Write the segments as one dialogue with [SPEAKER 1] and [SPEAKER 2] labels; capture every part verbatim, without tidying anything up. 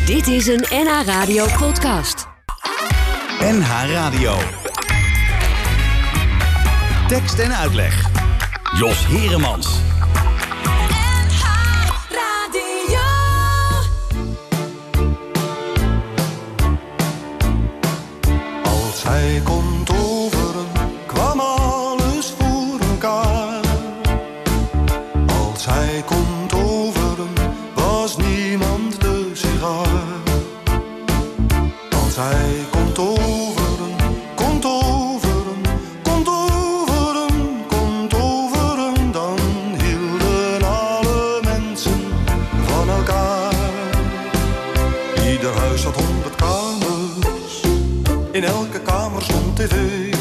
[SPEAKER 1] Dit is een N H Radio podcast.
[SPEAKER 2] N H Radio. Tekst en uitleg. Jos Heremans.
[SPEAKER 3] N H Radio.
[SPEAKER 4] Als hij kon toveren, kwam alles voor elkaar. Als hij kon toveren, was niemand de sigaar. Als hij kon toveren, kon toveren, kon toveren, kon toveren, dan hielden alle mensen van elkaar. Ieder huis had honderd kamers, in elke kamer stond tv.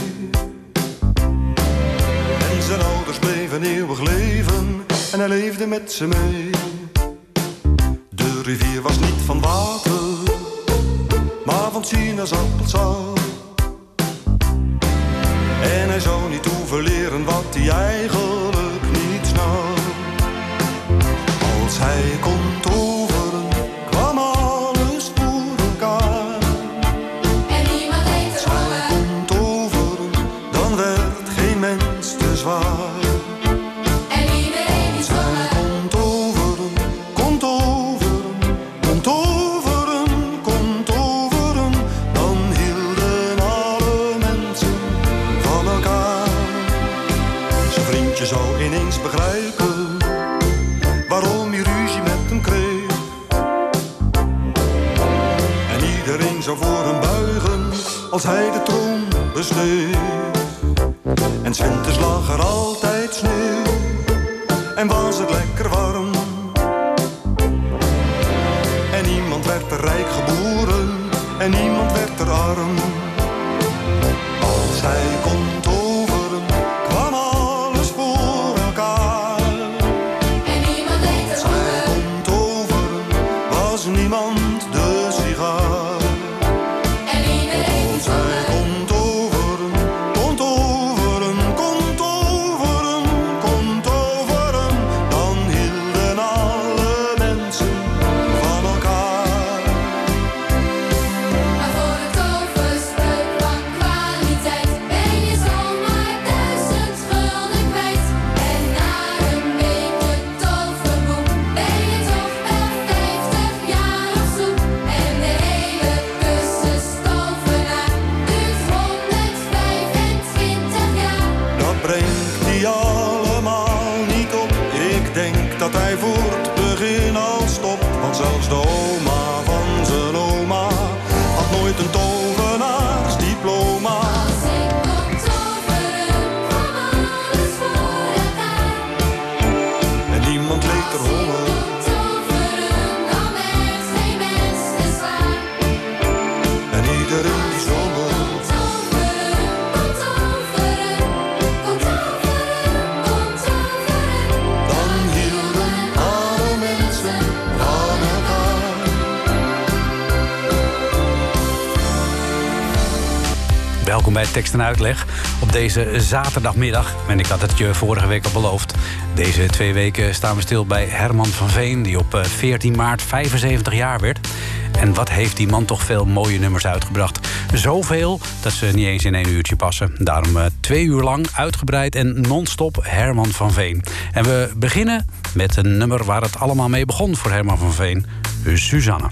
[SPEAKER 4] En zijn ouders bleven eeuwig leven en hij leefde met ze mee. De rivier was niet van water, maar van sinaasappelsap. En hij zou niet hoeven leren wat hij eigenlijk niet snap. Als hij kon toveren, kwam alles voor elkaar.
[SPEAKER 3] En niemand deed
[SPEAKER 4] Als
[SPEAKER 3] er
[SPEAKER 4] hij kon toveren, dan werd geen mens te zwaar.
[SPEAKER 3] En iedereen die
[SPEAKER 4] Als hij
[SPEAKER 3] zongen.
[SPEAKER 4] kon toveren, kon toveren, kon toveren, kon toveren, dan hielden alle mensen van elkaar. Zijn vriendje zou ineens begrijpen waarom hij ruzie met hem kreeg. En iedereen zou voor hem buigen als hij de troon besteeg. En 's winters lag er altijd sneeuw en was het lekker warm. En niemand werd er rijk geboren en niemand werd er arm. Als hij kon toveren, kwam alles voor elkaar.
[SPEAKER 3] En niemand deed
[SPEAKER 4] Als
[SPEAKER 3] er
[SPEAKER 4] hij kon toveren, was niemand de sigaar.
[SPEAKER 3] En iedereen die
[SPEAKER 4] Als hij
[SPEAKER 3] zongen.
[SPEAKER 4] kon toveren, kon toveren, kon toveren, kon toveren, dan hielden alle mensen van elkaar.
[SPEAKER 3] Maar voor het toverspreuk van kwaliteit ben je zomaar duizend gulden kwijt. En na een beetje toverboek ben je toch wel vijftig jaar op zoek. En de hele cursus tovenaar duurt honderdvijfentwintig jaar.
[SPEAKER 4] Dat brengt hij allemaal niet op. Ik denk dat hij voor het begin al stopt. Want zelfs de oma van zijn oma had nooit een tovenaarsdiploma.
[SPEAKER 3] Als ik kon toveren, kwam alles voor elkaar.
[SPEAKER 4] En niemand leek er honger.
[SPEAKER 3] Toveren, dan werd geen mens te zwaar.
[SPEAKER 4] En iedereen die zong er.
[SPEAKER 3] Toveren, kon toveren, kon toveren, kon toveren.
[SPEAKER 4] Dan hielden alle mensen van elkaar.
[SPEAKER 5] Welkom bij Tekst en Uitleg op deze zaterdagmiddag. En ik had het je vorige week al beloofd. Deze twee weken staan we stil bij Herman van Veen, die op veertien maart vijfenzeventig jaar werd. En wat heeft die man toch veel mooie nummers uitgebracht. Zoveel dat ze niet eens in één uurtje passen. Daarom uh, twee uur lang uitgebreid en non-stop Herman van Veen. En we beginnen met een nummer waar het allemaal mee begon voor Herman van Veen. Suzanne.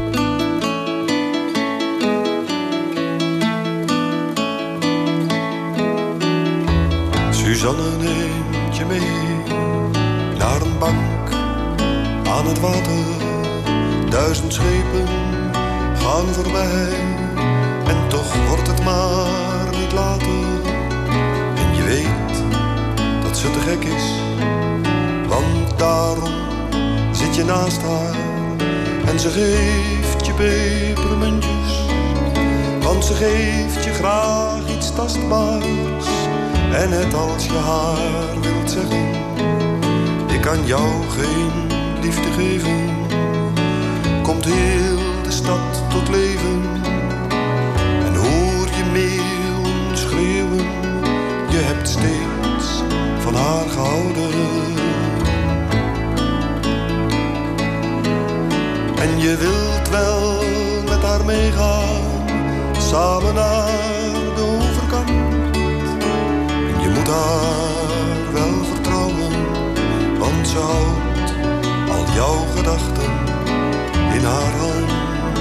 [SPEAKER 4] Suzanne neemt je mee naar een bank aan het water. Duizend schepen gaan voorbij en toch wordt het maar niet later. En je weet dat ze te gek is, want daarom zit je naast haar. En ze geeft je pepermuntjes, want ze geeft je graag iets tastbaars. En net als je haar wilt zeggen, ik kan jou geen liefde geven, komt heel de stad tot leven. En hoor je meeuwen schreeuwen, je hebt steeds van haar gehouden. En je wilt wilt wel met haar meegaan, samen naar de overkant. En je moet haar wel vertrouwen, want ze houdt al jouw gedachten in haar hand.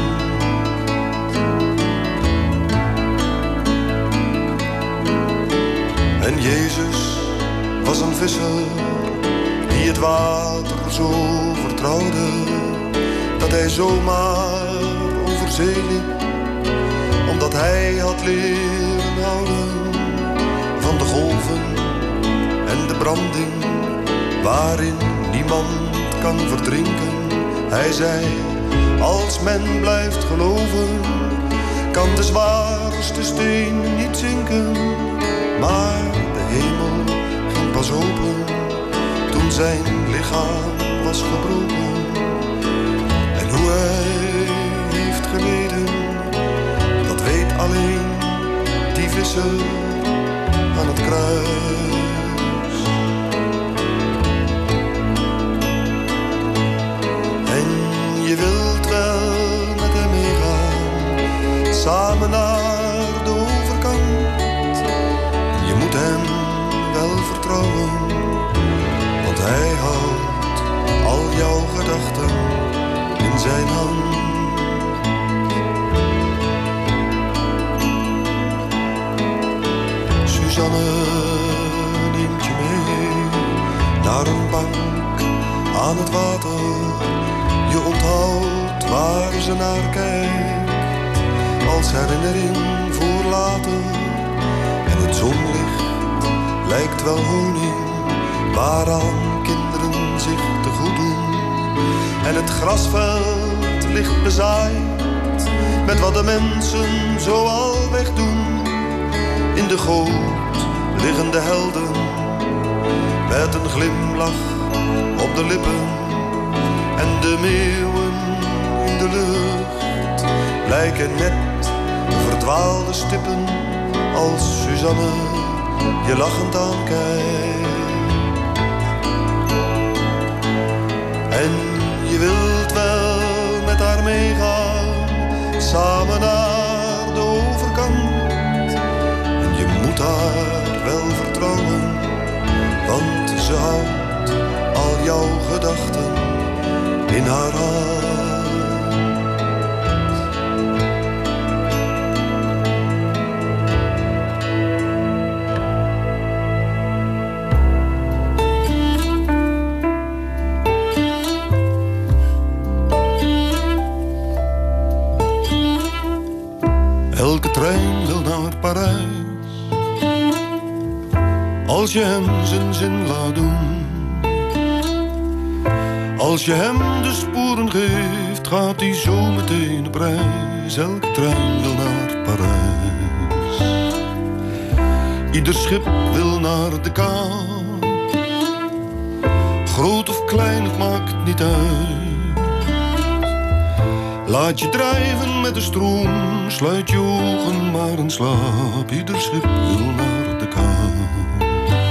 [SPEAKER 4] En Jezus was een visser die het water zo vertrouwde, dat hij zomaar over zee liep, omdat hij had leren houden van de golven en de branding waarin niemand kan verdrinken. Hij zei, als men blijft geloven, kan de zwaarste steen niet zinken. Maar de hemel ging pas open toen zijn lichaam was gebroken. En hoe hij heeft geleden, dat weet alleen die visser aan het kruis. En je wilt wel met hem meegaan, samen naar de overkant. Je moet hem wel vertrouwen, want hij houdt al jouw gedachten in zijn hand. Suzanne neemt je mee naar een bank aan het water. Je onthoudt waar ze naar kijkt, als herinnering voor later. En het zonlicht lijkt wel honing, waaraan kinderen zich te goed doen. En het grasveld ligt bezaaid met wat de mensen zoal wegdoen. In de goot liggen de helden met een glimlach op de lippen. En de meeuwen in de lucht lijken net verdwaalde stippen, als Suzanne je lachend aankijkt. En je wilt wel met haar meegaan, samen naar de overkant. En je moet haar wel vertrouwen, want ze houdt al jouw gedachten in haar hand. Elke trein wil naar Parijs, als je hem zijn zin laat doen. Als je hem de sporen geeft, gaat hij zo meteen op reis. Elke trein wil naar Parijs. Ieder schip wil naar de Kaap. Groot of klein, het maakt niet uit. Laat je drijven met de stroom, sluit je ogen maar in slaap. Ieder schip wil naar de Kaap.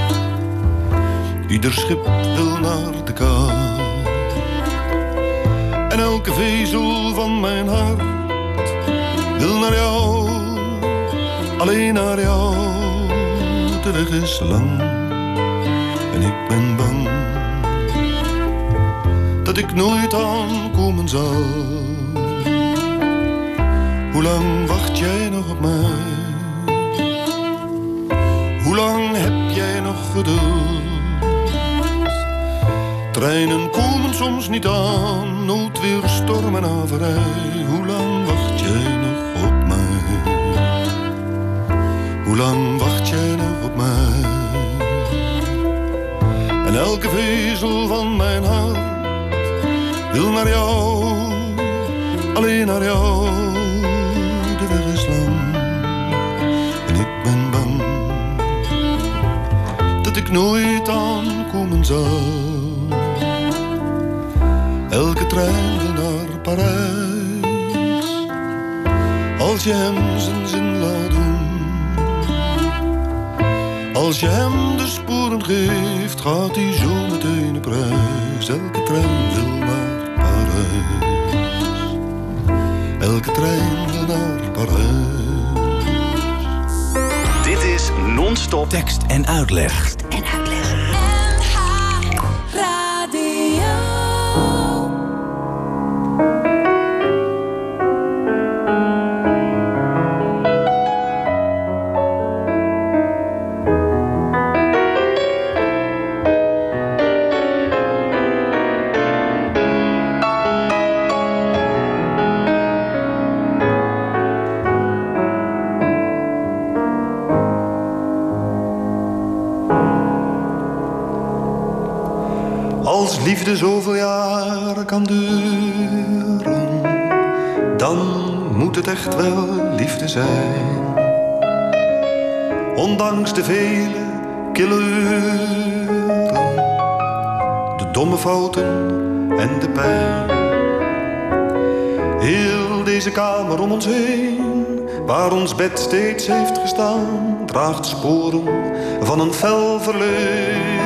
[SPEAKER 4] Ieder schip wil naar de Kaap. En elke vezel van mijn hart wil naar jou, alleen naar jou. De weg is lang en ik ben bang dat ik nooit aankomen zal. Hoe lang wacht jij nog op mij? Hoe lang heb jij nog geduld? Treinen komen soms niet aan, noodweer, storm en averij. Hoe lang wacht jij nog op mij? Hoe lang wacht jij nog op mij? En elke vezel van mijn hart wil naar jou, alleen naar jou. De weg is lang en ik ben bang dat ik nooit aankomen zal. Elke trein wil naar Parijs, als je hem zijn zin laat doen. Als je hem de sporen geeft, gaat hij zo meteen op reis. Elke trein wil naar Parijs. elke trein naar Parijs.
[SPEAKER 2] Dit is Non-Stop tekst en uitleg.
[SPEAKER 1] Tekst en uitleg.
[SPEAKER 3] N H Radio.
[SPEAKER 4] Als liefde zoveel jaren kan duren, dan moet het echt wel liefde zijn. Ondanks de vele kille uren, de domme fouten en de pijn. Heel deze kamer om ons heen, waar ons bed steeds heeft gestaan, draagt sporen van een fel verleden.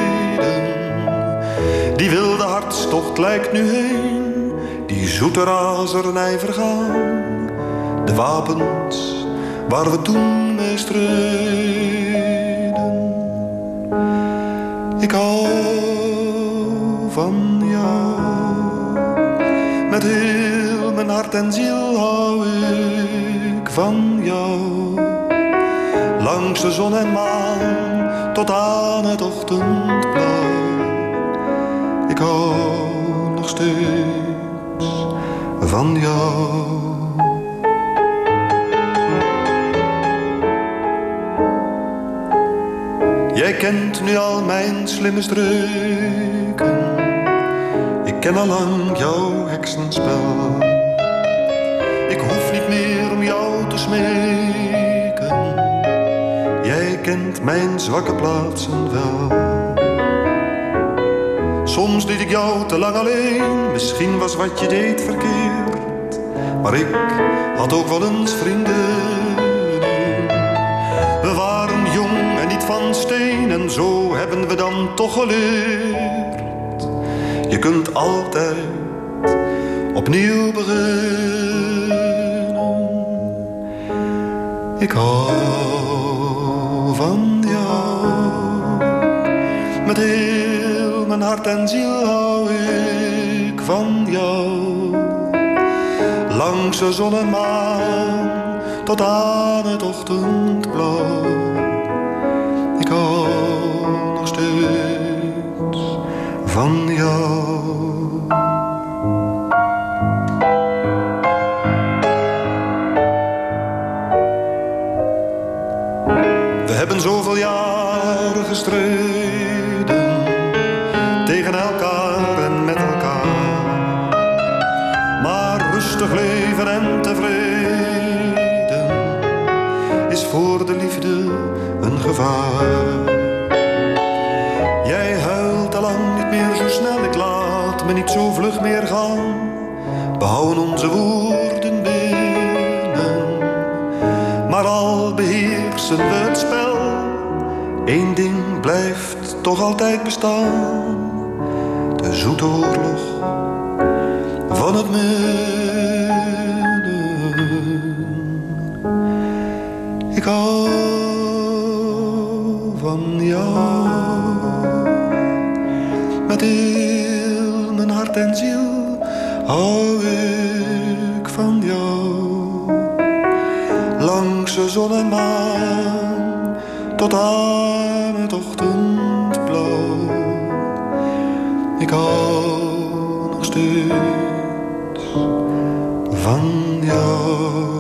[SPEAKER 4] Die wilde hartstocht lijkt nu heen, die zoete razernij vergaan. De wapens waar we toen mee streden. Ik hou van jou, met heel mijn hart en ziel hou ik van jou. Langs de zon en maan tot aan het ochtendblauw. Ik hou nog steeds van jou. Jij kent nu al mijn slimme streken. Ik ken al lang jouw heksenspel. Ik hoef niet meer om jou te smeken. Jij kent mijn zwakke plaatsen wel. Soms liet ik jou te lang alleen, misschien was wat je deed verkeerd. Maar ik had ook wel eens vrienden. We waren jong en niet van steen, en zo hebben we dan toch geleerd. Je kunt altijd opnieuw beginnen. Ik hou van jou, met heel mijn hart en ziel hou ik van jou. Langs de zon en maan tot aan het ochtendblauw. Ik hou nog steeds van jou. We hebben zoveel jaren gestreden, tegen elkaar en met elkaar. Maar rustig leven en tevreden is voor de liefde een gevaar. Jij huilt al lang niet meer zo snel, ik laat me niet zo vlug meer gaan. We houden onze woorden binnen, maar al beheersen we het spel. Eén ding blijft toch altijd bestaan: de zoete oorlog van het midden. Ik hou van jou, met heel mijn hart en ziel hou ik van jou. Langs de zon en maan tot aan het ochtendblauw. Ik hou nog steeds van jou.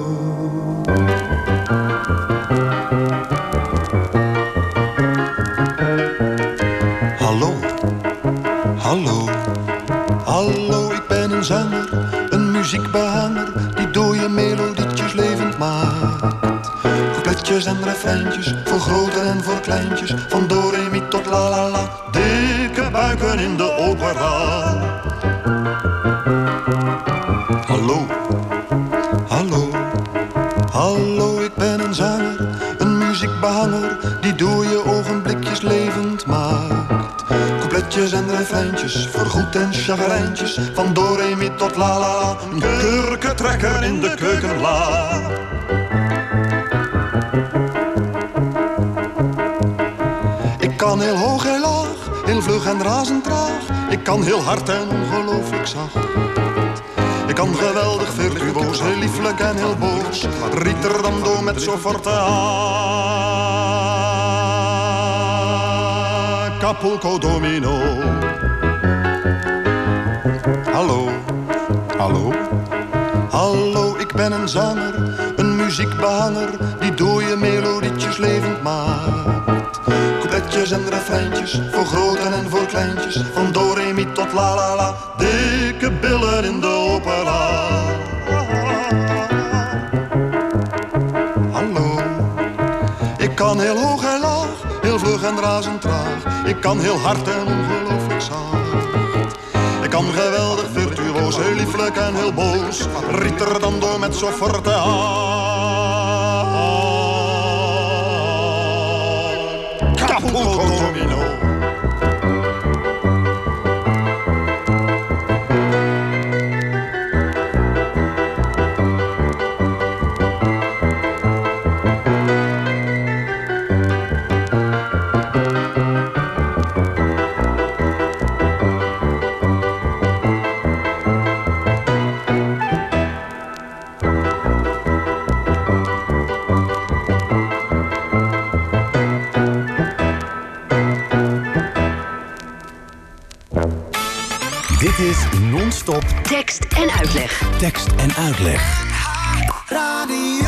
[SPEAKER 4] Hallo, hallo, hallo, ik ben een zanger, een muziekbehanger die dode melodietjes levend maakt. Coupletjes en refreintjes, voor grote en voor kleintjes, van do, re, mi tot la la la. Dikke buiken in de opera. Hallo, hallo, hallo, ik ben een zanger, een muziekbehanger die dode ogenblikjes levend maakt. Coupletjes en refreintjes, voorgoed en chagrijntjes, van do re mi tot la la la. Een kurkentrekker in de keukenla. Ik kan heel hoog, heel laag, heel vlug en razend traag. Ik kan heel hard en ongelooflijk zacht. Ik kan geweldig virtuoos, heel lieflijk en heel boos. Rieterdam door met zo forte Acapulco domino. Hallo, hallo. Hallo, ik ben een zanger, een muziekbehanger die dooie melodietjes levend maakt. Coupletjes en refreintjes, voor groten en voor kleintjes, van do re mi tot la la la. Dikke billen in de opera. Hallo, ik kan heel hoog en laag, heel vlug en razend traag. Ik kan heel hard en ongelooflijk zacht. Ik kan geweldig virtuoos, heel lieflijk en heel boos. Rieterdando met zo forte Acapulco domino.
[SPEAKER 2] Dit is Non-Stop
[SPEAKER 1] Tekst en uitleg.
[SPEAKER 2] Tekst en uitleg.
[SPEAKER 6] Radio.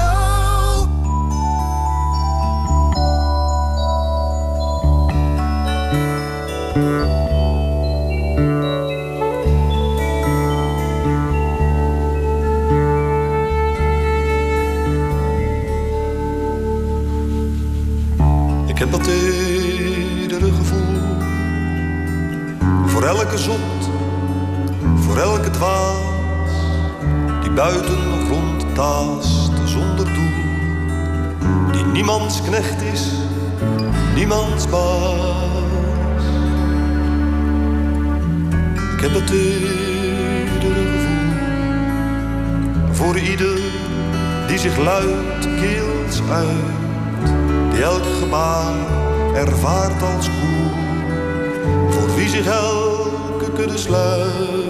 [SPEAKER 4] Ik heb dat iedere gevoel, voor elke zot, voor elke dwaas, die buiten rond taast zonder doel, die niemands knecht is, niemands baas. Ik heb het iedere gevoel, voor ieder die zich luidkeels uit, die elk gebaar ervaart als koel, voor wie zich elke kudde sluit.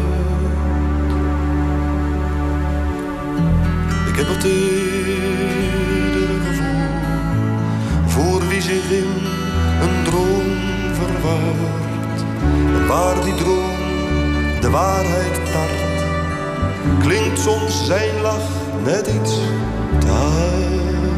[SPEAKER 4] Ik heb het iedere gevoel, voor wie zich in een droom verwaart, en waar die droom de waarheid tart, klinkt soms zijn lach net iets te hard.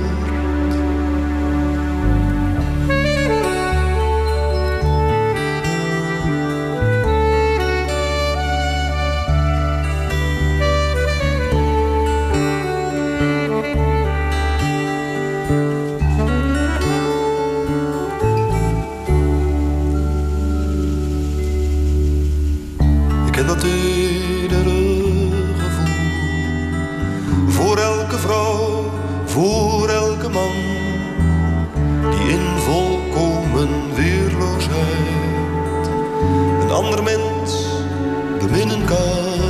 [SPEAKER 4] Dat iedere gevoel, voor elke vrouw, voor elke man, die in volkomen weerloosheid een ander mens beminnen kan.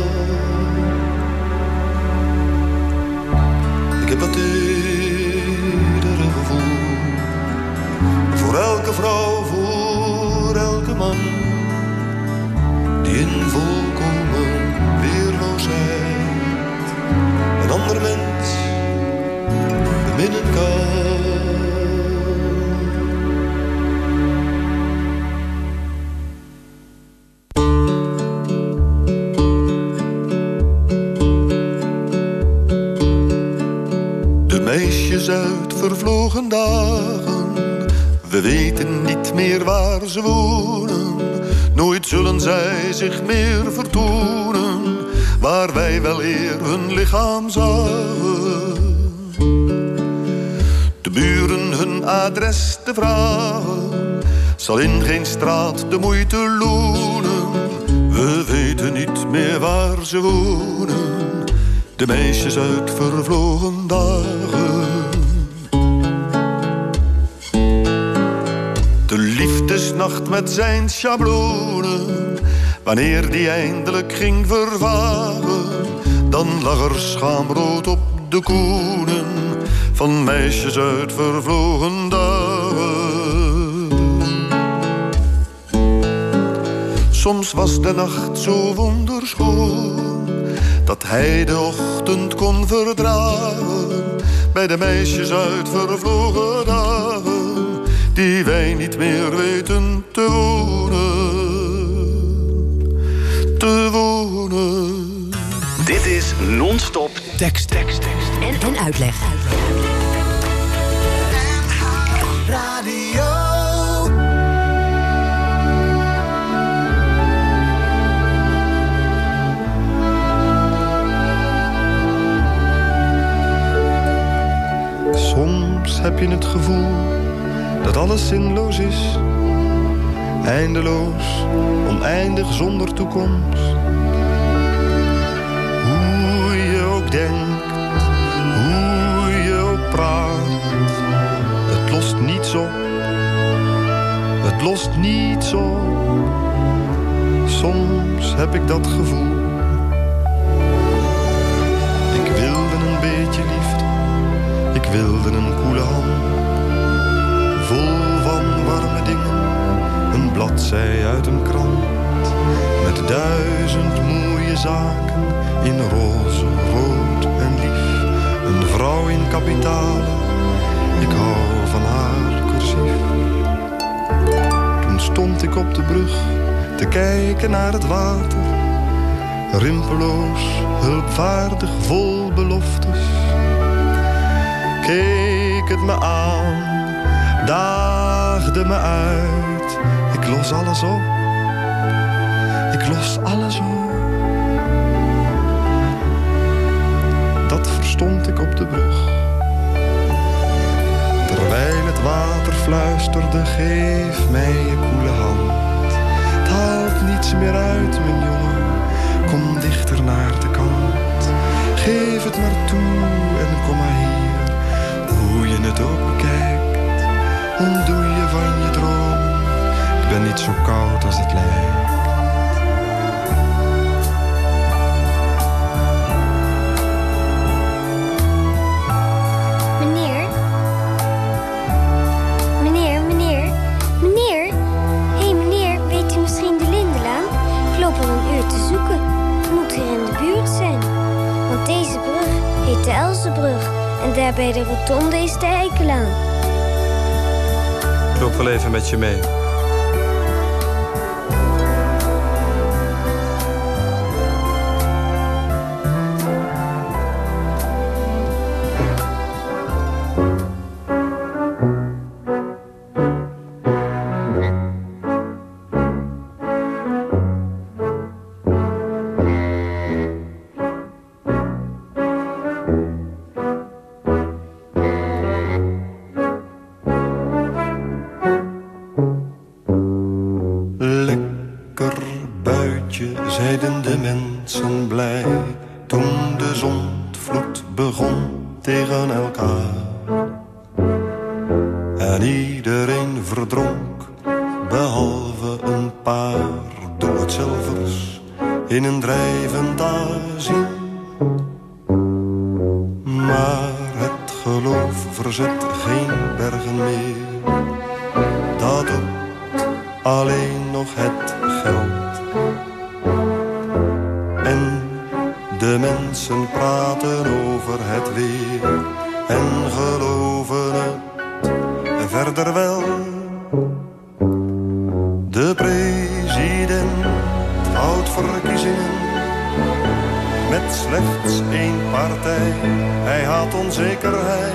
[SPEAKER 4] Ik heb dat iedere gevoel, voor elke vrouw, voor elke man, die in volkomen weerloosheid een ander mens beminnen kan. De meisjes uit vervlogen dagen, we weten niet meer waar ze wonen. Nooit zullen zij zich meer vertonen, waar wij wel eer hun lichaam zagen. De buren hun adres te vragen, zal in geen straat de moeite lonen. We weten niet meer waar ze wonen, de meisjes uit vervlogen dagen. De liefdes nacht met zijn schablonen. Wanneer die eindelijk ging vervagen, dan lag er schaamrood op de koenen van meisjes uit vervlogen dagen. Soms was de nacht zo wonderschoon dat hij de ochtend kon verdragen bij de meisjes uit vervlogen dagen die wij niet meer weten te wonen, te wonen.
[SPEAKER 2] Dit is Non-Stop tekst, tekst, tekst.
[SPEAKER 1] En, en uitleg.
[SPEAKER 6] Radio.
[SPEAKER 4] Soms heb je het gevoel dat alles zinloos is, eindeloos, oneindig zonder toekomst. Hoe je ook denkt, hoe je ook praat, het lost niets op, het lost niets op. Soms heb ik dat gevoel. Ik wilde een beetje liefde, ik wilde een koele hand, vol van warme dingen, een bladzij uit een krant, met duizend mooie zaken in roze, rood en lief. Een vrouw in kapitalen, ik hou van haar cursief. Toen stond ik op de brug te kijken naar het water, rimpeloos, hulpvaardig, vol beloftes. Keek het me aan, daagde me uit. Ik los alles op, ik los alles op. Dat verstond ik op de brug, terwijl het water fluisterde, geef mij je koele hand. Het haalt niets meer uit, mijn jongen, kom dichter naar de kant. Geef het maar toe en kom maar hier, hoe je het ook bekijkt. Ontdoe je van je droom, ik ben niet zo koud als het lijkt.
[SPEAKER 7] Meneer? Meneer, meneer, meneer? Hé hey, meneer, weet u misschien de Lindenlaan? Ik loop al een uur te zoeken. U moet hier in de buurt zijn. Want deze brug heet de Elzenbrug. En daar bij de rotonde is de Eikelaan.
[SPEAKER 8] Ik loop wel even met je mee.
[SPEAKER 4] zeiden de mensen blij toen de zondvloed begon tegen elkaar. En iedereen verdronk, behalve een paar doodzelvers in een drijvend aanzien. Maar het geloof verzet geen bergen meer, dat doet alleen nog het geld. En de mensen praten over het weer en geloven het verder wel. De president houdt verkiezingen met slechts één partij. Hij haat onzekerheid.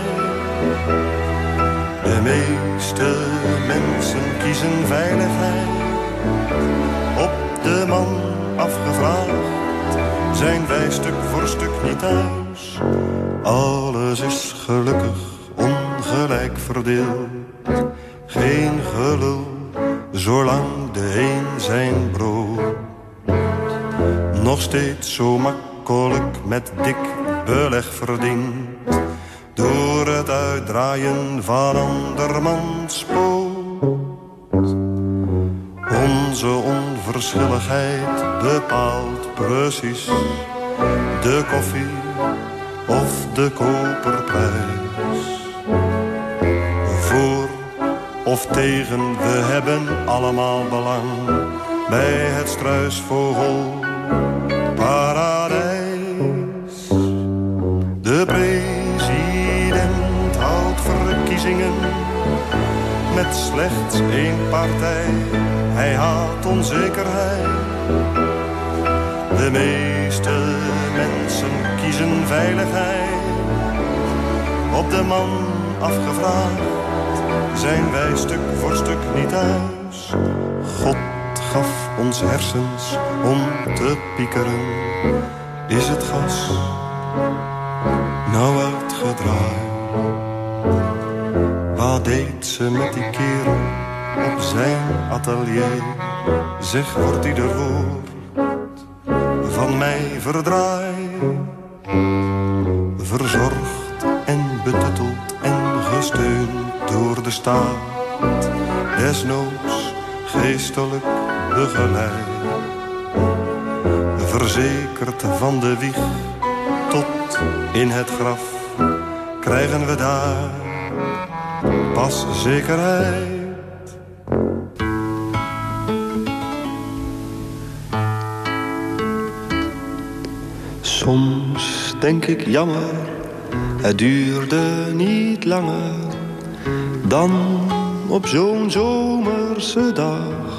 [SPEAKER 4] De meeste mensen kiezen veiligheid. Op de man afgevraagd zijn wij stuk voor stuk niet thuis. Alles is gelukkig ongelijk verdeeld. Geen gelul, zolang de een zijn brood nog steeds zo makkelijk met dik beleg verdient, door het uitdraaien van andermans poot. onverschilligheid bepaalt precies de koffie of de koperprijs. Voor of tegen, we hebben allemaal belang bij het struisvogelparadijs. De president houdt verkiezingen met slechts één partij. Hij haat onzekerheid. De meeste mensen kiezen veiligheid. Op de man afgevraagd zijn wij stuk voor stuk niet thuis. God gaf ons hersens om te piekeren. Is het gas nou uitgedraaid? Wat deed ze met die kerel op zijn atelier? Zeg, wordt ieder woord van mij verdraaid. Verzorgd en betutteld en gesteund door de staat. Desnoods geestelijk begeleid. Verzekerd van de wieg tot in het graf. Krijgen we daar pas zekerheid. Soms denk ik jammer, het duurde niet langer dan op zo'n zomerse dag.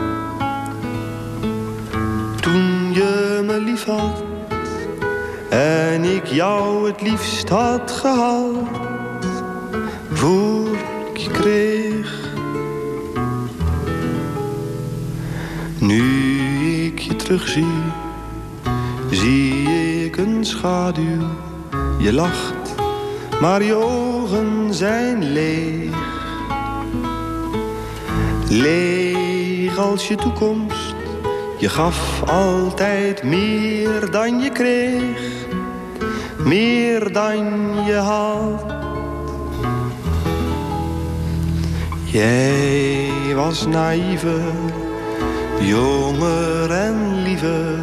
[SPEAKER 4] Toen je me lief had en ik jou het liefst had gehad. Voor ik je kreeg. Nu ik je terugzie, zie ik een schaduw. Je lacht, maar je ogen zijn leeg. Leeg als je toekomst. Je gaf altijd meer dan je kreeg. Meer dan je had. Jij was naïeve, jonger en liever.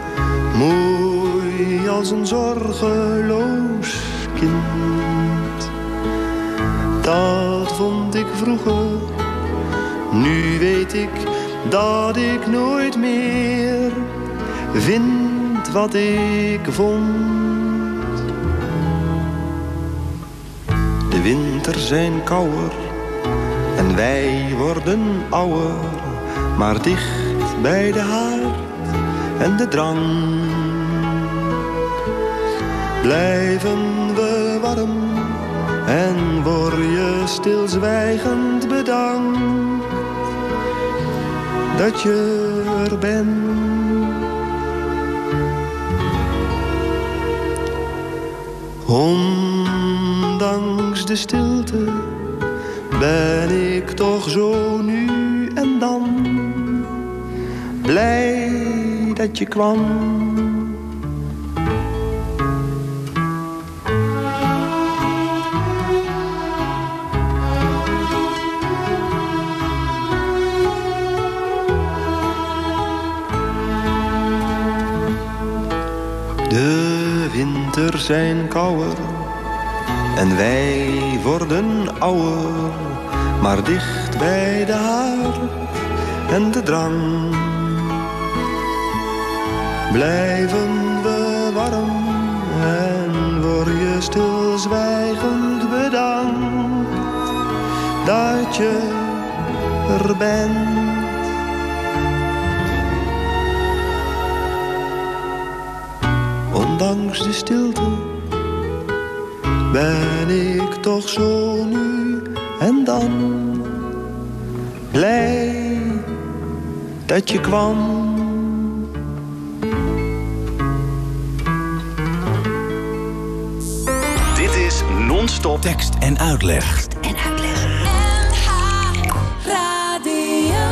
[SPEAKER 4] Mooi als een zorgeloos kind. Dat vond ik vroeger. Nu weet ik dat ik nooit meer vind wat ik vond. De winters zijn kouder en wij worden ouder, maar dicht bij de haard en de drank blijven we warm en word je stilzwijgend bedankt dat je er bent. Ondanks de stilte ben ik toch zo nu en dan blij dat je kwam. De winters zijn kouder en wij worden ouder, maar dicht bij de haard en de drang blijven we warm en word je stilzwijgend bedankt dat je er bent. Ondanks de stilte ben ik toch zo nu en dan blij dat je kwam.
[SPEAKER 2] Dit is Non-Stop tekst en uitleg.
[SPEAKER 1] Tekst en uitleg.
[SPEAKER 3] N H Radio.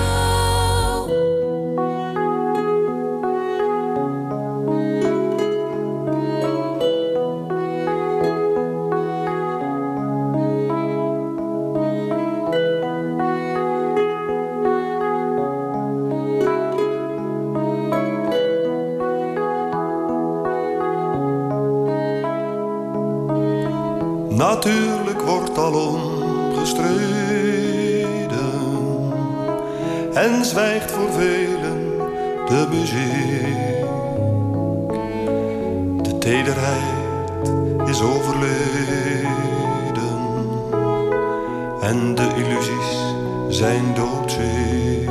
[SPEAKER 4] Natuurlijk wordt al omgestreden en zwijgt voor velen de muziek. De tederheid is overleden en de illusies zijn doodziek.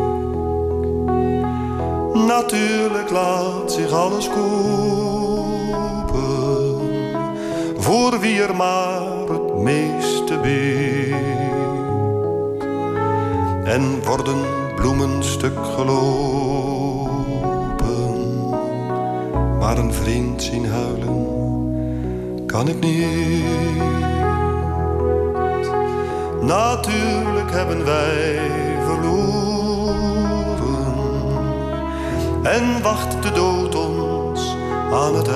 [SPEAKER 4] Natuurlijk laat zich alles kopen voor wie er maar het meeste biedt. En worden bloemen stuk gelopen, maar een vriend zien huilen kan ik niet. Natuurlijk hebben wij verloren en wacht de dood ons aan het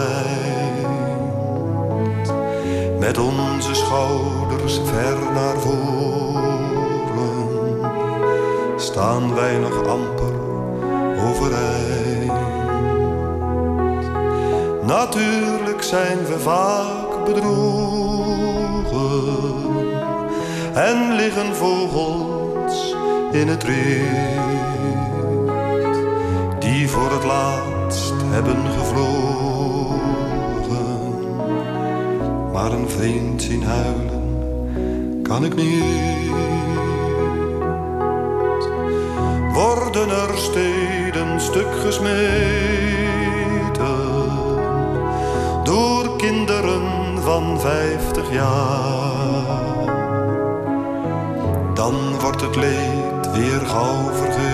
[SPEAKER 4] eind. Met onze schouders ver naar voren staan wij nog amper overeind. Natuurlijk zijn we vaak bedrogen en liggen vogels in het riet die voor het laatst hebben gevlogen. Maar een vriend zien huilen kan ik niet. Worden er steden stuk gesmeten door kinderen van vijftig jaar, dan wordt het leed weer gauw vergeten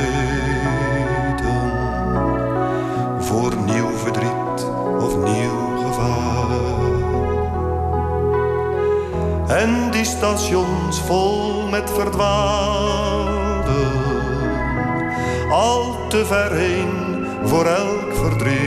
[SPEAKER 4] voor nieuw verdriet of nieuw gevaar. En die stations vol met verdwaalden, al te ver heen voor elk verdriet.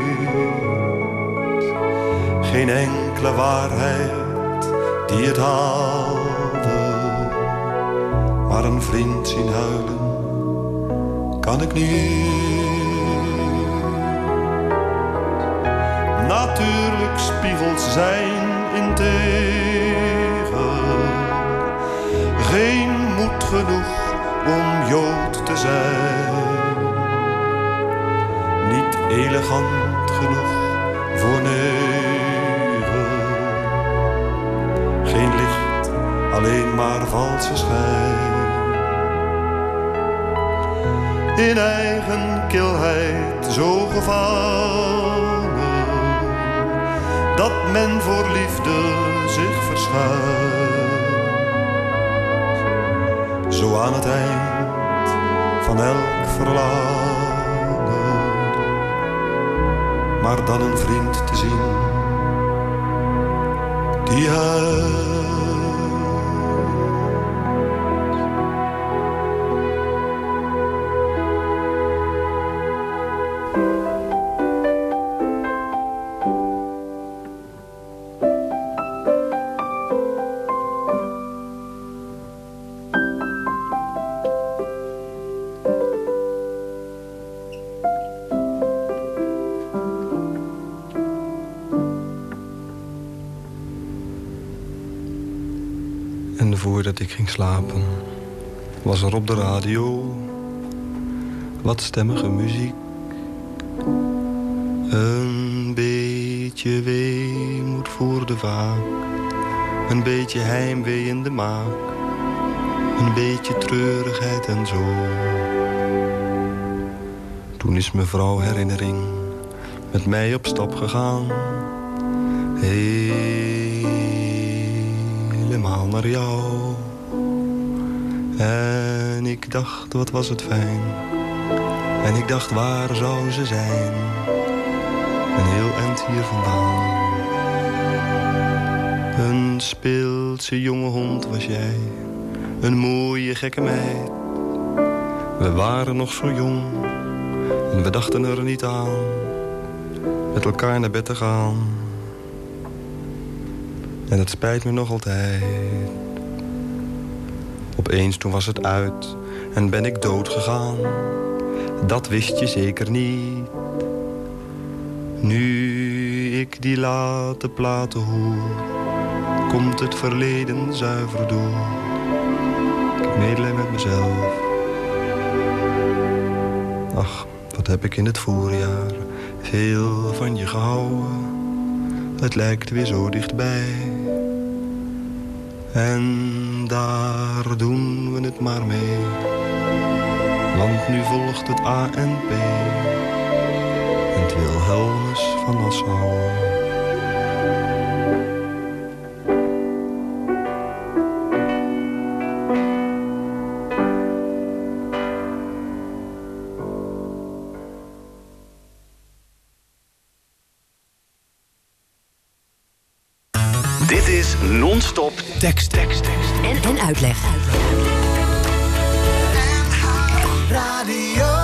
[SPEAKER 4] Geen enkele waarheid die het haalde, maar een vriend zien huilen kan ik niet. Natuurlijk spiegels zijn integer, geen moed genoeg om Jood te zijn, niet elegant genoeg voor neger, geen licht, alleen maar valse schijn. In eigen kilheid zo gevangen dat men voor liefde zich verschuilt. Zo aan het eind van elk verlangen, maar dan een vriend te zien die huilt. En voordat ik ging slapen, was er op de radio wat stemmige muziek. Een beetje weemoed voor de vaak, een beetje heimwee in de maak, een beetje treurigheid en zo. Toen is mevrouw Herinnering met mij op stap gegaan, helemaal naar jou. En ik dacht, wat was het fijn. En ik dacht, waar zou ze zijn? Een heel eind hier vandaan. Een speelse jonge hond was jij, een mooie gekke meid. We waren nog zo jong en we dachten er niet aan met elkaar naar bed te gaan. En het spijt me nog altijd. Opeens toen was het uit en ben ik dood gegaan. Dat wist je zeker niet. Nu ik die late platen hoor, komt het verleden zuiver door. Ik heb medelijden met mezelf. Ach, wat heb ik in het voorjaar veel van je gehouden. Het lijkt weer zo dichtbij. En daar doen we het maar mee. Want nu volgt het A N P. En het Wilhelmus van Nassau.
[SPEAKER 2] Dit is Non-Stop tekst, tekst, tekst.
[SPEAKER 1] En, en uitleg.
[SPEAKER 6] Radio.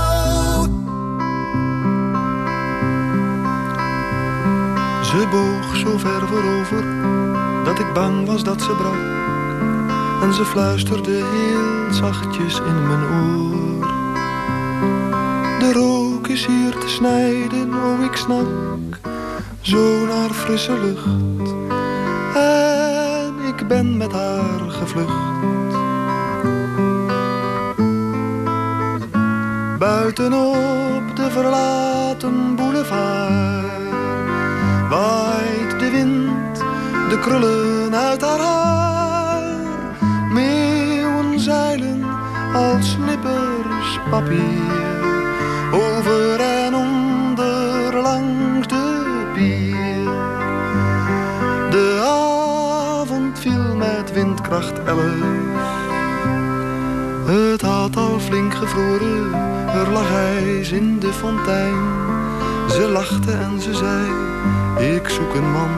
[SPEAKER 4] Ze boog zo ver voorover dat ik bang was dat ze brak. En ze fluisterde heel zachtjes in mijn oor. De rook is hier te snijden, oh ik snak zo naar frisse lucht. En ik ben met haar gevlucht. Buitenop de verlaten boulevard waait de wind de krullen uit haar haar. Meeuwen zeilen als snippers papier over en onder langs de pier. De avond viel met windkracht elf. Het had al flink gevroren, er lag ijs in de fontein. Ze lachte en ze zei, ik zoek een man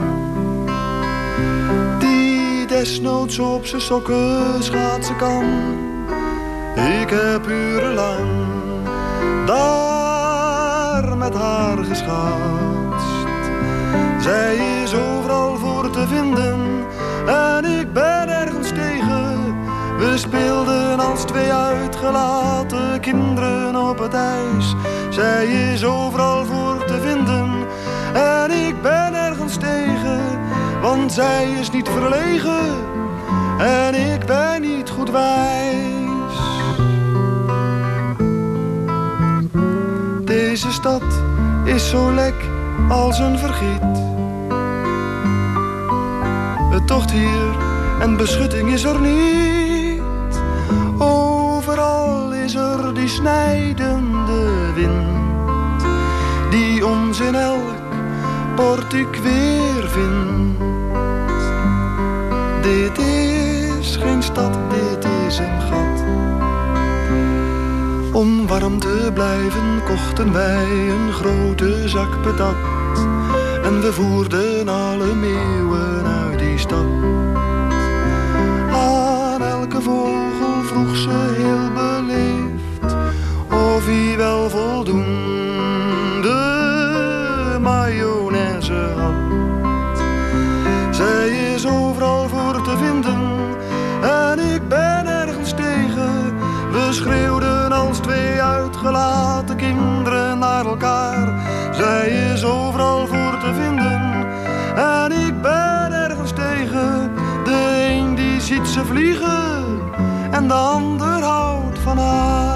[SPEAKER 4] die desnoods op zijn sokken schaatsen kan. Ik heb urenlang daar met haar geschaatst. Zij is overal voor te vinden en ik ben ergens tegen. We speelden als twee uitgelaten kinderen op het ijs. Zij is overal voor te vinden en ik ben ergens tegen. Want zij is niet verlegen en ik ben niet goed wijs. Deze stad is zo lek als een vergiet. Het tocht hier en beschutting is er niet. Overal is er die snijdende wind, die ons in elk portiek weer vindt. Dit is geen stad, dit is een gat. Om warm te blijven kochten wij een grote zak patat. En we voerden alle meeuwen uit die stad. Aan elke vogel vroeg ze heel beleefd of hij wel voldoende mayonaise had. Zij is overal voor te vinden en ik ben ergens tegen. We schreeuwden als twee uitgelaten kinderen naar elkaar. Zij is overal voor te vinden en ik ben ergens tegen. De een die ziet ze vliegen en de ander houdt van haar.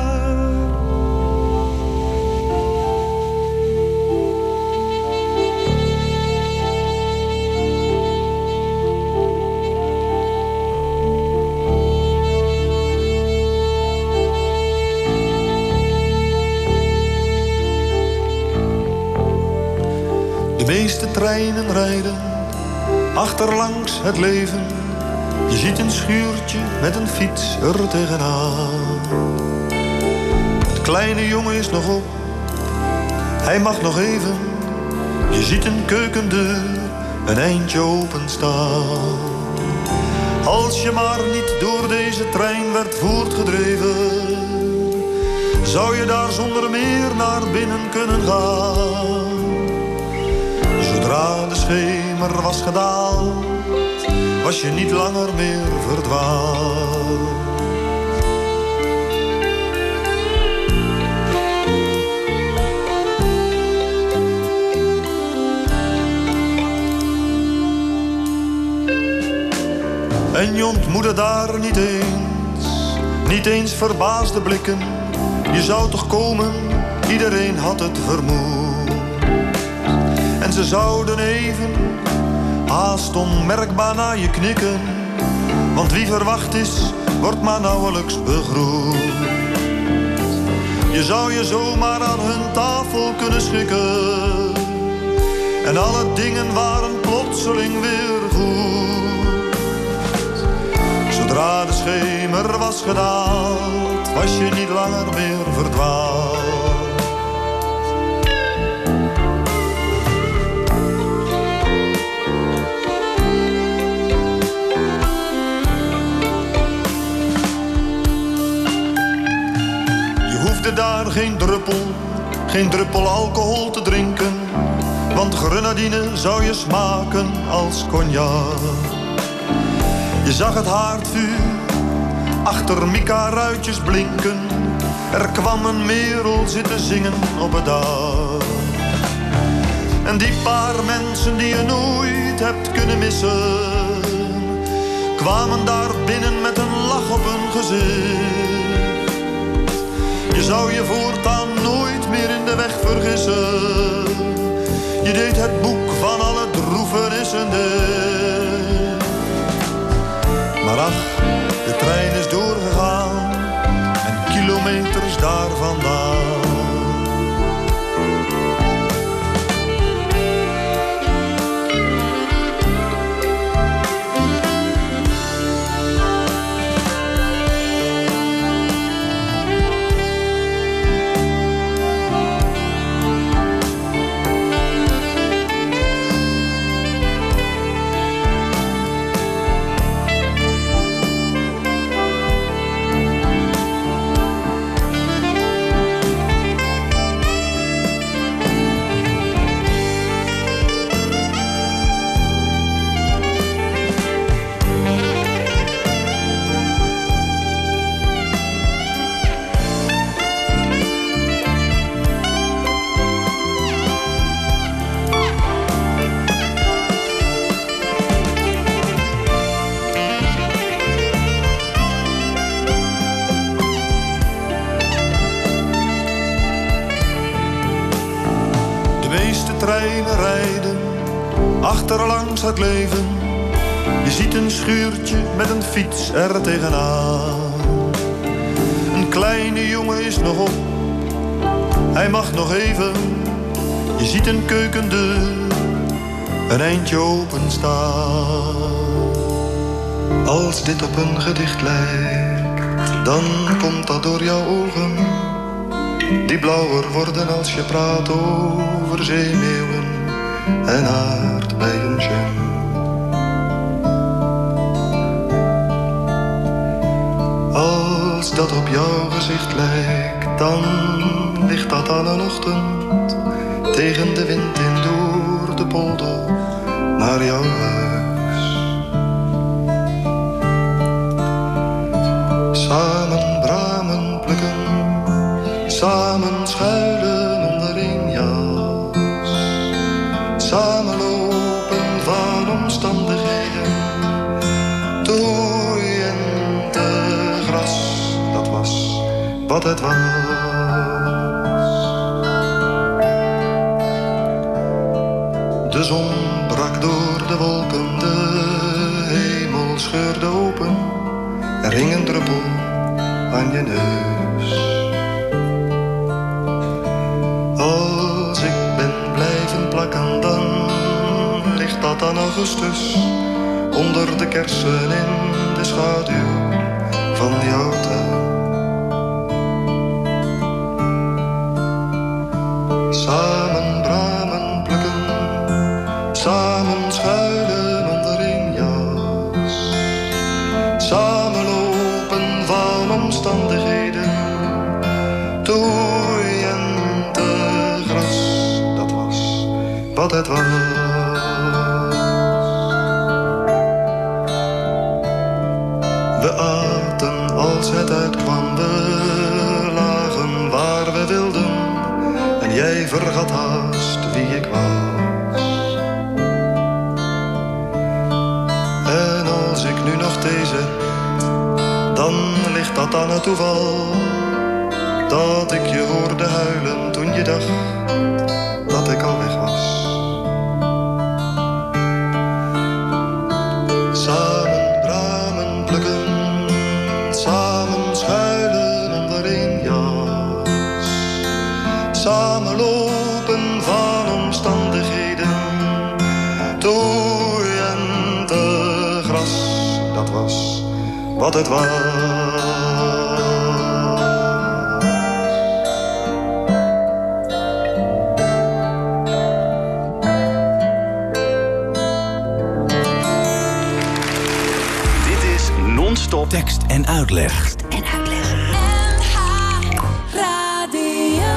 [SPEAKER 4] De meeste treinen rijden achterlangs het leven. Je ziet een schuurtje met een fiets er tegenaan. Het kleine jongen is nog op, hij mag nog even. Je ziet een keukendeur een eindje openstaan. Als je maar niet door deze trein werd voortgedreven, zou je daar zonder meer naar binnen kunnen gaan. Zodra de schemer was gedaald, was je niet langer meer verdwaald. En je ontmoette daar niet eens, niet eens verbaasde blikken. Je zou toch komen, iedereen had het vermoed. En ze zouden even, haast onmerkbaar naar je knikken. Want wie verwacht is, wordt maar nauwelijks begroet. Je zou je zomaar aan hun tafel kunnen schikken. En alle dingen waren plotseling weer goed. Zodra de schemer was gedaald, was je niet langer meer verdwaald. Je hoefde daar geen druppel, geen druppel alcohol te drinken. Want grenadine zou je smaken als cognac. Je zag het haardvuur achter mica-ruitjes blinken. Er kwam een merel zitten zingen op het dak. En die paar mensen die je nooit hebt kunnen missen, kwamen daar binnen met een lach op hun gezicht. Je zou je voortaan nooit meer in de weg vergissen. Je deed het boek van alle droevenissen dicht. Maar ach, de trein is doorgegaan en kilometers daar vandaan. Treinen rijden achterlangs het leven. Je ziet een schuurtje met een fiets er tegenaan. Een kleine jongen is nog op, hij mag nog even. Je ziet een keukendeur een eindje openstaan. Als dit op een gedicht lijkt, dan komt dat door jouw ogen, die blauwer worden als je praat over zeemeeuwen en aardbeienjam. Als dat op jouw gezicht lijkt, dan ligt dat aan een ochtend tegen de wind in door de polder naar jouw huis. Samen bramen plukken, samen schuilen onder één jas, samen lopen van omstandigheden, dooi en te gras, dat was wat het was. De zon brak door de wolken, de hemel scheurde open, er hing een druppel aan je neus. Als ik ben blijven plakken, dan ligt dat aan augustus, onder de kersen in de schaduw van jouw tuin. Samen bramen plukken, samen schuilen onder één jas, samen lopen van omstandigheden, dooi en te gras, dat was wat het was. We aten als het uitkwam, we lagen waar we wilden, en jij vergat haast wie ik was. En als ik nu nog tegen had aan het toeval dat ik je hoorde huilen toen je dacht dat ik al weg was. Samen bramen plukken, samen schuilen onder één jas, samen lopen van omstandigheden, tooi en te gras, dat was wat het was.
[SPEAKER 2] Non-stop tekst en uitleg.
[SPEAKER 1] Tekst en uitleg.
[SPEAKER 3] N H Radio.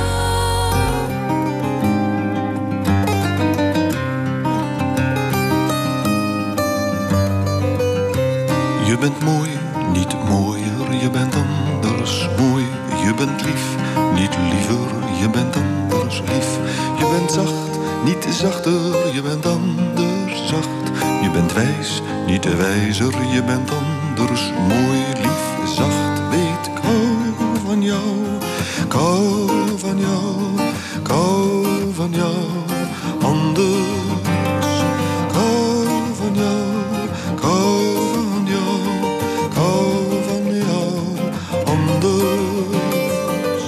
[SPEAKER 4] Je bent mooi, niet mooier, je bent anders mooi. Je bent lief, niet liever, je bent anders lief. Je bent zacht, niet zachter, je bent anders zacht. Je bent wijs, niet wijzer, je bent anders mooi, lief, zacht. Weet, ik hou van jou, ik hou van jou, ik hou van jou. Anders, ik hou van jou, ik hou van jou, ik hou van jou. Anders.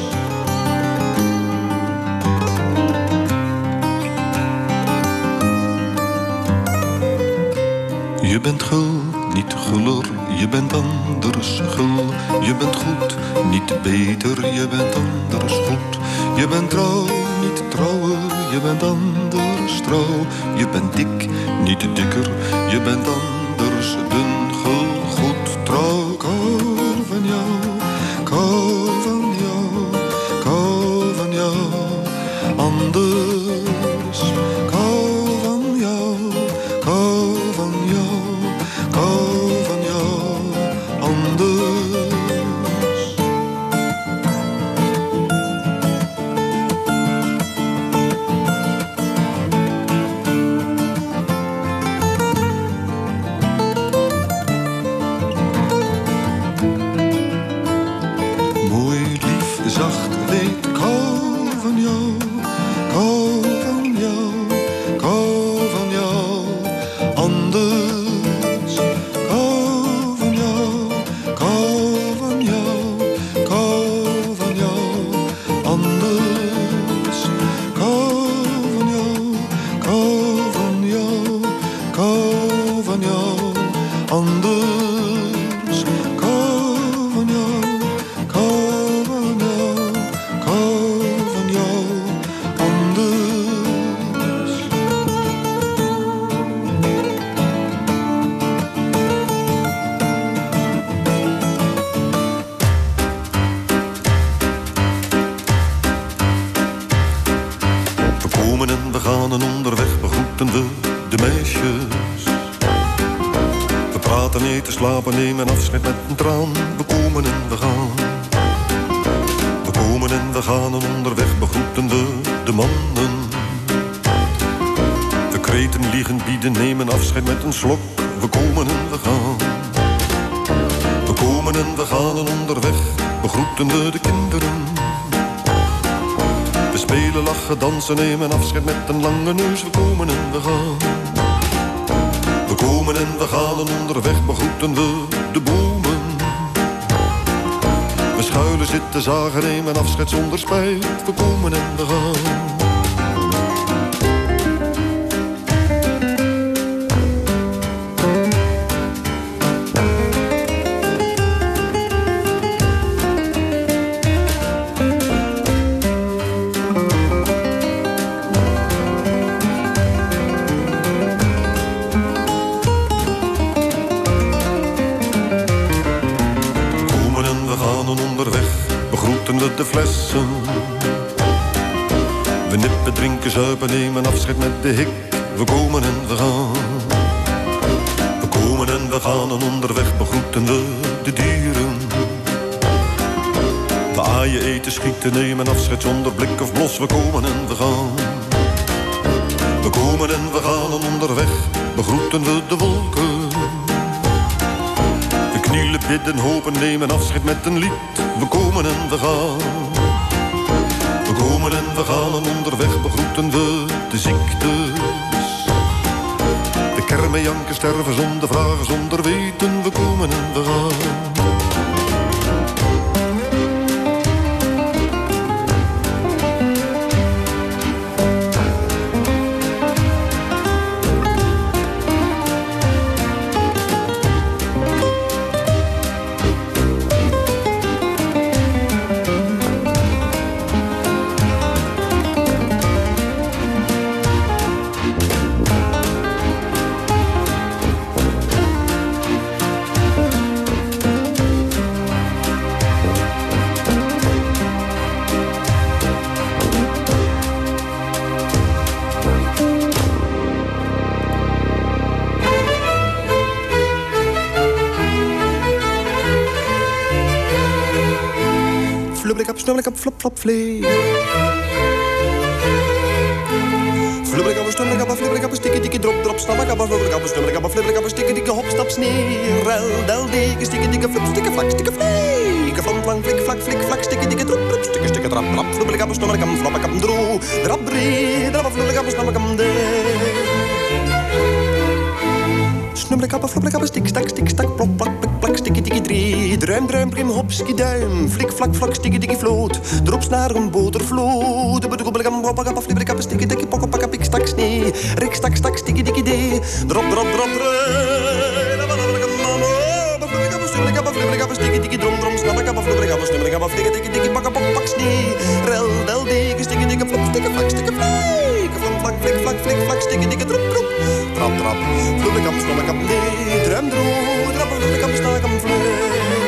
[SPEAKER 4] Je bent gul, niet guller, je bent anders gul. Je bent goed, niet beter, je bent anders goed. Je bent trouw, niet trouwer, je bent anders trouw. Je bent dik, niet dikker, je bent anders dun, gul, goed, trouw. Ik hou van jou, ik hou van jou, ik hou van jou. Anders, ik hou van jou, ik hou van jou, ik hou van jou. Anders. Mooi, lief, zacht, weet, ik hou van jou, ik hou van jou, ik hou van jou. Anders, ik hou van jou, ik hou van jou, ik hou van jou. Anders, ik hou van jou, ik hou van jou, ik hou van jou. Anders, ik hou van jou, ik hou van jou, ik hou van jou. Anders. We komen en we gaan en onderweg begroeten we de meisjes. We praten, eten, slapen, nemen afscheid met een traan. We komen en we gaan. We komen en we gaan en onderweg begroeten we de mannen. We kreten, liegen, bieden, nemen afscheid met een slok. We komen en we gaan. We komen en we gaan en onderweg begroeten we de kinderen. We spelen, lachen, dansen, nemen afscheid met een lange neus. We komen en we gaan. We komen en we gaan en onderweg begroeten we de bomen. We schuilen, zitten, zagen, nemen afscheid zonder spijt. We komen en we gaan. De flessen. We nippen, drinken, zuipen, nemen afscheid met de hik. We komen en we gaan. We komen en we gaan en onderweg begroeten we de dieren. We aaien, eten, schieten, nemen afscheid zonder blik of blos. We komen en we gaan. We komen en we gaan en onderweg begroeten we de wolken. We knielen, bidden, hopen, nemen afscheid met een lied. We komen en we gaan. We komen en we gaan en onderweg begroeten we de ziektes. We kermen, janken, sterven zonder vragen, zonder weten. We komen en we gaan. Flubberikap, flop, flop, vlee. Flubberikap, flubberikap, flubberikap, stikkie, dikkie, drop, drop, snabbakap, flubberikap, flubberikap, flubberikap, stikkie, dikkie, hop, stap, snee. Rel, del, dikkie, stikkie, dikkie, flip, stikkie, vlak, stikkie, vlee. Flam, flang, flik, vlak, flik, vlak, stikkie, dikkie, drop, drop, stikkie, stikkie, trap, trap, flubberikap, snubberikap, flappakap, dro. Drap, bree, drap, flubberikap, snabbakap, dee. Snubberikap, flubberikap, stik, stak, stik, stak, plop, plak, pik, plak, stikkie, dikkie, drie. Druim, druim, prim, hop, skie, duim. Flik, vlak, vlak, stikkie, dikkie, vloot. Drops naar een botervloot. Dubbeldubbelgam, roppakap, flibberikap, stikkie, dikkie, pokkapakka, pik, stak, snee. Rik, stak, stak, stikkie, dikkie, dee. Drop, drop, drop, drop. Flibberikap, stikkie, dikkie, drom, drom, snabbakap, flibberikap, snubberikap, flikke, dikkie, dikkie, pakka, pok, pak, snee. Rel, del, dikkie, stikkie, dikkie, flop, stikkie, vlak, stikkie, flik. Flam, vlak, flik, vlak, flik, vlak, stikkie, dikkie, drop, drop. Trap, trap, flubberikap, snabbakap, nee. Druim, droog, drap, flubberikap, snabbakap, vlee.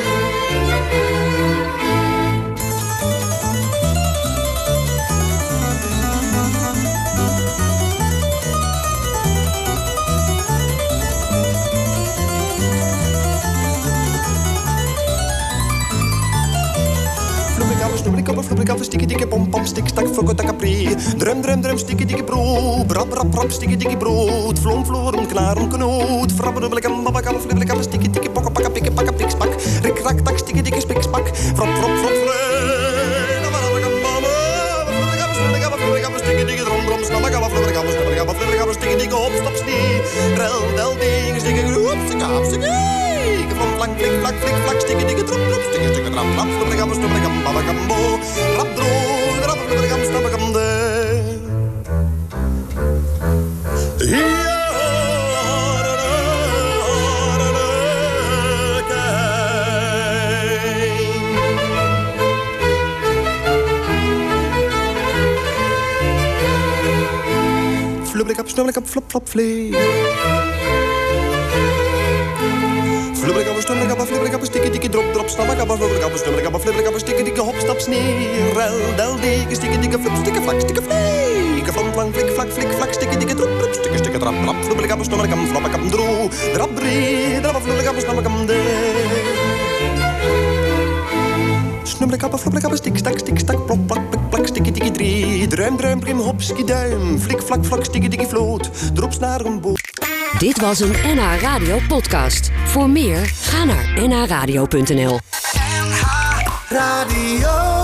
[SPEAKER 4] Flubberikap, flubberikap, stikkie, dikkie, pom, pom, stik, stak, fokko, takapri. Drum, drum, drum, stikkie, dikkie, bro. Brap, rap, rap, stikkie, dikkie, brood. Vlom, vloren, knaren, knoot. Frabbedubbelekam, babbakam, flubberikap, stikkie, dikkie, pokka, pakka, pikke, pakka, pik, spak. Rik, rak, tak, stikkie, dikkie, spik, spak. Frop, frop, frop, vree. Nabbakam, mama. Flubberikap, flubberikap, flubberikap, stikkie, dikkie, drom, drom, snabbakam, flubberikap, flubberikap, flubberikap, stikkie, dikkie, hop, stop, snee. Rel, del, ding, stikkie, groep, stikap, stikkie. Vlam, flank, flik, vlak, flik, vlak, stikkie, dikkie, drop, drop, stikkie, stikkie, trap, trap, flubberikap, flubberikap, babbakam, bo. Rap, droog, drap, flubberikap, snabbakam, dee. Ja. Flubberikap, snubberikap, flop, flop, vlee. Flubberikap, snubberikap, flubberikap, stikkie, dikkie, drop, drop, snabbakap, flubberikap, snubberikap, flubberikap, stikkie, dikkie, hop, stap, snee. Rel, del, dikkie, stikkie, dikkie, flip, stikkie, vlak, stikkie, vlee. Flam, flang, flik, vlak, flik, vlak, stikkie, dikkie, drop, drop, stikkie, stikkie, trap, trap, flubberikap, snubberikap, flappakap, dro. Drap, bree, drap, flubberikap, snabbakap, dee. Snubberikap, flubberikap, stik, stak, stik, stak, plop, plak, pik, plak, stikkie, dikkie, drie. Druim, druim, prim, hop, skie, duim. Flik, vlak, vlak, stikkie, dikkie, vloot. Drops naar een boot.
[SPEAKER 1] Dit was een N H Radio podcast. Voor meer, ga naar n h radio punt n l.
[SPEAKER 6] N H Radio.